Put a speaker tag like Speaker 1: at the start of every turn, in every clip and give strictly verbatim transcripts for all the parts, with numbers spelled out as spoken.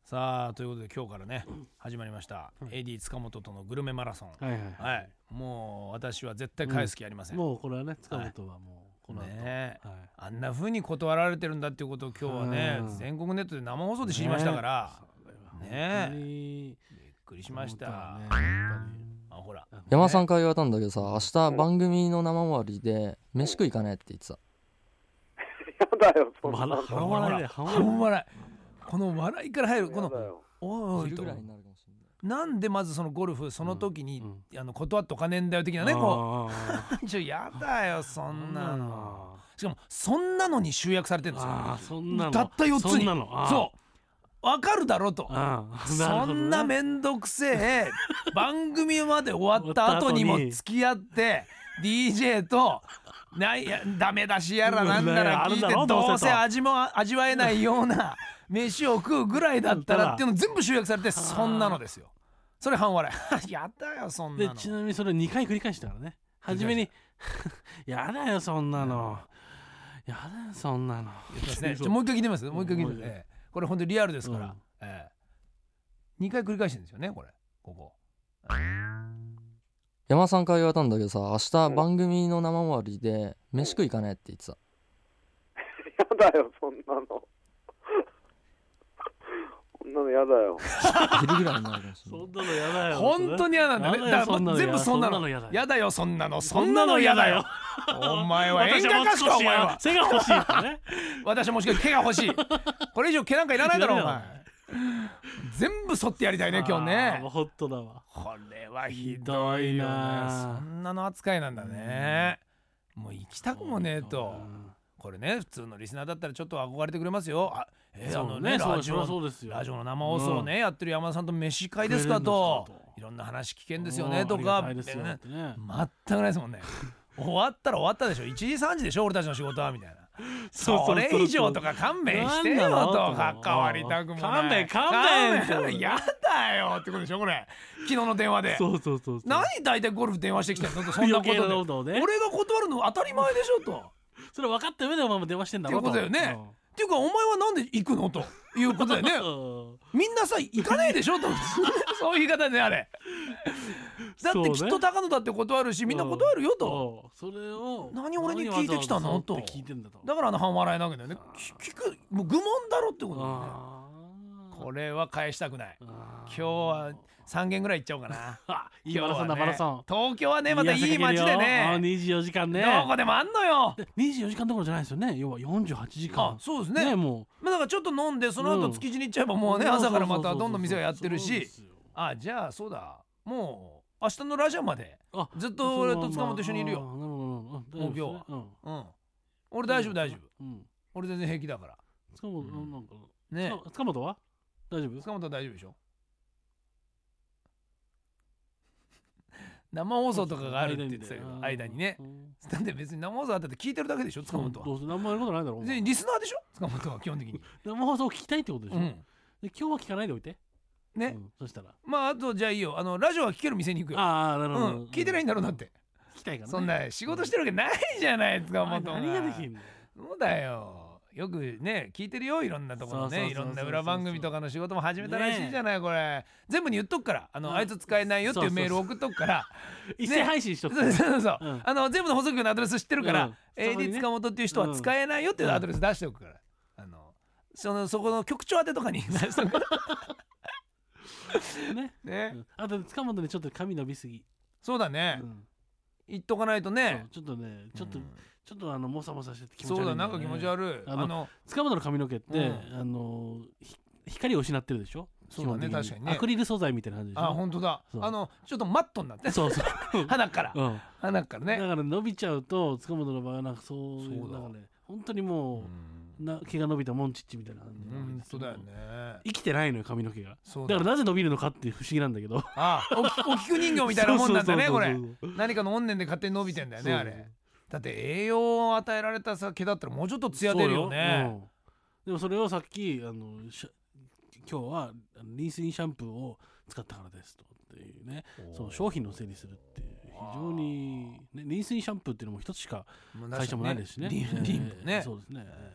Speaker 1: さあということで今日からね始まりました、うん、エーディー 塚本とのグルメマラソン。
Speaker 2: はいはいはい、はい、
Speaker 1: もう私は絶対返す気ありません、
Speaker 2: うん、もうこれはね塚本はもうこの後、
Speaker 1: ね
Speaker 2: はい、
Speaker 1: あんな風に断られてるんだっていうことを今日はね、うん、全国ネットで生放送で知りましたからね。えびっくりしました、ね、あほら
Speaker 3: 山さんから言われたんだけどさ、明日番組の生終わりで飯食いかねって言ってた。
Speaker 4: やだよそんなの。
Speaker 1: 半笑いで半笑い、この笑いから入るこのおいおいとなんでまずそのゴルフその時に、うんうん、あの断っとかねえんだよ的なね、こうちょやだよそんなの。しかもそんなのに集約されてるんですよ。
Speaker 2: あそんなの
Speaker 1: たったよっつに。
Speaker 2: そんなの
Speaker 1: そうわかるだろと。そんなめんどくせえ番組まで終わった後にも付き合って ディージェー とないやダメ出しやらなんなら聞いてどうせ味も味わえないような飯を食うぐらいだったらっていうの全部集約されてそんなのですよ。それ半笑いやだよそんなの。
Speaker 2: でちなみにそれにかい繰り返したからね。初めにやだよそんなの、やだよそんなの言ってますね。
Speaker 1: ちょもう一回聞いてますもう一回聞いてます、ええ、これ本当にリアルですから、うんええ、にかい繰り返してるんですよねこれここ。
Speaker 3: 山さんから言われたんだけどさ、明日番組の生終わりで飯食いかねって言ってた。
Speaker 4: やだよそんなのそんなのやだよ
Speaker 3: 昼ぐらいになるかもしれない。
Speaker 2: そんなのやだよ
Speaker 1: 本当に嫌なんだね。だから全部そんなのやだよそんなのそんなのやだよお前は演歌歌手かお前は。
Speaker 2: 背が欲しいってね
Speaker 1: 私はもしかして毛が欲しいこれ以上毛なんかいらないだろお前全部剃ってやりたいね今日ね。
Speaker 2: ホットだわ
Speaker 1: これはひどいよね。そんなの扱いなんだね。もう行きたくもねえと。これね普通のリスナーだったらちょっと憧れてくれますよ。あ、えー、あのねラジオラジオの生放送をね、うん、やってる山田さんと飯会ですかといろんな話危険ですよねとか、ね、全くないですもんね終わったら終わったでしょいちじさんじでしょ俺たちの仕事はみたいなそれ以上とか勘弁してよと関わりたくもない。
Speaker 2: 勘弁勘弁
Speaker 1: やだよってことでしょこれ昨日の電話で。
Speaker 2: そうそうそう
Speaker 1: 何大体ゴルフ電話してきてんのとそんなことで、ね、俺が断るの当たり前でしょと
Speaker 2: それ分かった上でお前も電話してんだろ
Speaker 1: ってことだよね、うん、っていうかお前はなんで行くのということだよねみんなさ行かないでしょとそういう言い方ねあれだってきっと高野だって断るしみんな断るよと。
Speaker 2: それを
Speaker 1: 何俺に聞いてきたのとだからあの半笑いなんだよね。聞くもう愚問だろってことだよね。これは返したくない。今日はさんけんぐらい行っちゃおうかな。
Speaker 2: いいマラソンだマラソン。
Speaker 1: 東京はねまたいい街でね
Speaker 2: にじゅうよじかんね
Speaker 1: どこでもあんのよ。
Speaker 2: にじゅうよじかんどころじゃないですよね。要はよんじゅうはちじかん。
Speaker 1: あそうですね。もうだからちょっと飲んでその後築地に行っちゃえばもうね朝からまたどんどん店がやってるし。あじゃあそうだもう明日のラジオまでずっと俺と塚本と一緒にいるよ。もう今日はうん俺大丈夫大丈夫俺全然平気だから。
Speaker 2: 塚本なんかね塚本は大丈夫？
Speaker 1: 塚本は大丈夫でしょ。生放送とかがあるって言ってたけど間にね。なんで別に生放送あったって聞いてるだけでしょ塚本は。
Speaker 2: どうせ何もやることないだろ。
Speaker 1: 別にリスナーでしょ塚本は基本的に。
Speaker 2: 生放送を聞きたいってことでしょ。で今日は聞かないでおいてね、うん、そしたら
Speaker 1: まああとじゃあいいよあのラジオは聞ける店に行くよ。
Speaker 2: ああなるほど、うん、
Speaker 1: 聞いてないんだろうなって
Speaker 2: 聞きたいから、ね、
Speaker 1: そんな仕事してるわけないじゃないですか。もう
Speaker 2: 何ができんの。
Speaker 1: そうだよよくね聞いてるよいろんなところねいろんな裏番組とかの仕事も始めたらしいじゃない、ね、これ全部に言っとくからあの、うん、あいつ使えないよっていうメール送っとくから
Speaker 2: 一斉配信しとく、
Speaker 1: ね、そうそうそう、うん、あの全部の放送局のアドレス知ってるから、うん、エーディー 塚本っていう人は使えないよっていうアドレス出しておくから、うん、あのそのそこの局長宛てとかに出しとく
Speaker 2: ねね、うん、あと塚本にちょっと髪伸びすぎ。
Speaker 1: そうだね、うん、言っとかないとね。
Speaker 2: ちょっとねちょっと、うん、ちょっとあのモサモサしてて気持ち悪い、ね、
Speaker 1: そうだなんか気持ち悪い。
Speaker 2: あのあの塚本の髪の毛って、うん、あの光を失ってるでしょ。
Speaker 1: そうだね確かにね
Speaker 2: アクリル素材みたいな感じでしょ。
Speaker 1: あ本当だあのちょっとマットになって
Speaker 2: そうそう
Speaker 1: 鼻から、うん、鼻からね。
Speaker 2: だから伸びちゃうと塚本の場合はなんかそういうなんかね本当にもう、うん、な毛が伸びたモンチッチみたいな感じ。
Speaker 1: 本当だよね。
Speaker 2: 生きてないのよ髪の毛が。だからなぜ伸びるのかって不思議なんだけど。
Speaker 1: ああお菊人形みたいなもんなんだねこれ。何かの怨念で勝手に伸びてんだよねあれ。だって栄養を与えられたさ毛だったらもうちょっとツヤ出るよね。
Speaker 2: うん、でもそれをさっきあの今日はリンスインシャンプーを使ったからですとっていうねその商品の整理するっていう非常に、ね、リンスインシャンプーっていうのも一つしか会社もないですしね。
Speaker 1: リンプね。
Speaker 2: そうですね。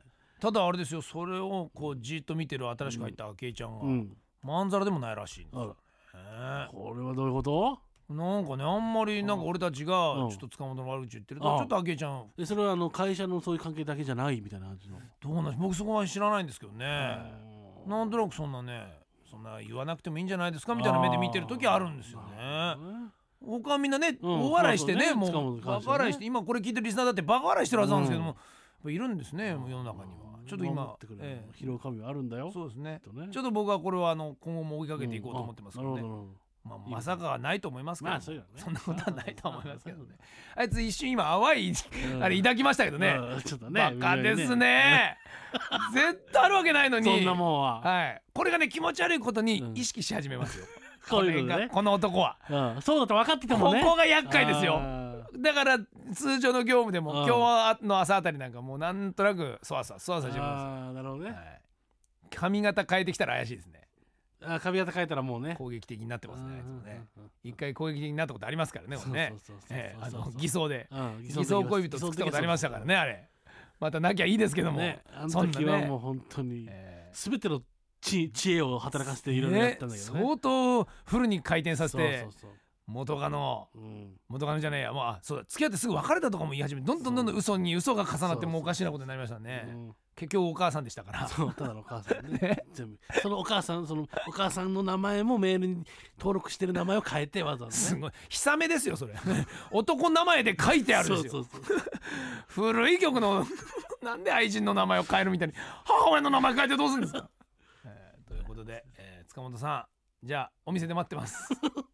Speaker 1: ただあれですよ、それをこうじっと見てる新しく入った明恵ちゃんが、
Speaker 2: うん、
Speaker 1: まんざらでもないらしいんですよね。
Speaker 2: これはどういうこと？
Speaker 1: なんかね、あんまりなんか俺たちがちょっと塚本の悪口言ってると、ちょっと明恵ちゃん、
Speaker 2: えそれはあの会社のそういう関係だけじゃないみたいな感じの。
Speaker 1: どうなん僕そこは知らないんですけどね。なんとなくそんなね、そんな言わなくてもいいんじゃないですかみたいな目で見てる時あるんですよね。他はみんなね、大笑いしてね、もうバカ笑いして、今これ聞いてるリスナーだってバカ笑いしてるはずなんですけども、いるんですね、もう世の中には。ちょっと今
Speaker 2: 疲労感はあるんだよ。
Speaker 1: そうですね。ちょっと僕はこれはあの今後も追いかけていこうと思ってますけどね。まあ、まさかはないと思いますけど、まあ そ, ね、そんなことはないと思いますけどね。あいつ一瞬今淡いあれ抱きましたけどね、うん、ちょっとねバカですね絶対あるわけないのに、
Speaker 2: そんなもんは、
Speaker 1: はい、これがね気持ち悪いことに意識し始めますよ、うん、これが、ね、この男は、
Speaker 2: うん、そうだと分かっててもね、
Speaker 1: ここが厄介ですよ。だから通常の業務でも、うん、今日の朝あたりなんかもうなんとなくそわそわそわそわしてます。
Speaker 2: あ、なるほどね、はい、
Speaker 1: 髪型変えてきたら怪しいですね。
Speaker 2: あ、髪型変えたらもうね
Speaker 1: 攻撃的になってますね。一回攻撃的になったことありますからね、これね。偽装で、うん、偽装恋人作ったことありましたからね、あれ。またなきゃいいですけども、ね、
Speaker 2: あの時はもう本当に全ての知恵を働かせていろいろやったんだけどね、
Speaker 1: 相当フルに回転させて、元カノ、うん、元カノじゃねえや、もうあそうだ、付き合ってすぐ別れたとかも言い始めて、どんどんどんどん嘘に嘘が重なってもうおかしなことになりましたね。うん、結局お母さんでしたから。
Speaker 2: そうただのお母さん ね, ね全部そのお母さんそのお母さんの名前もメールに登録してる名前を変えてわざわざ、ね、
Speaker 1: すごい久めですよそれ男名前で書いてあるんですよ。そうそうそう古い曲のなんで愛人の名前を変えるみたいに母親の名前変えてどうするんですか、えー、ということで、えー、塚本さんじゃあお店で待ってます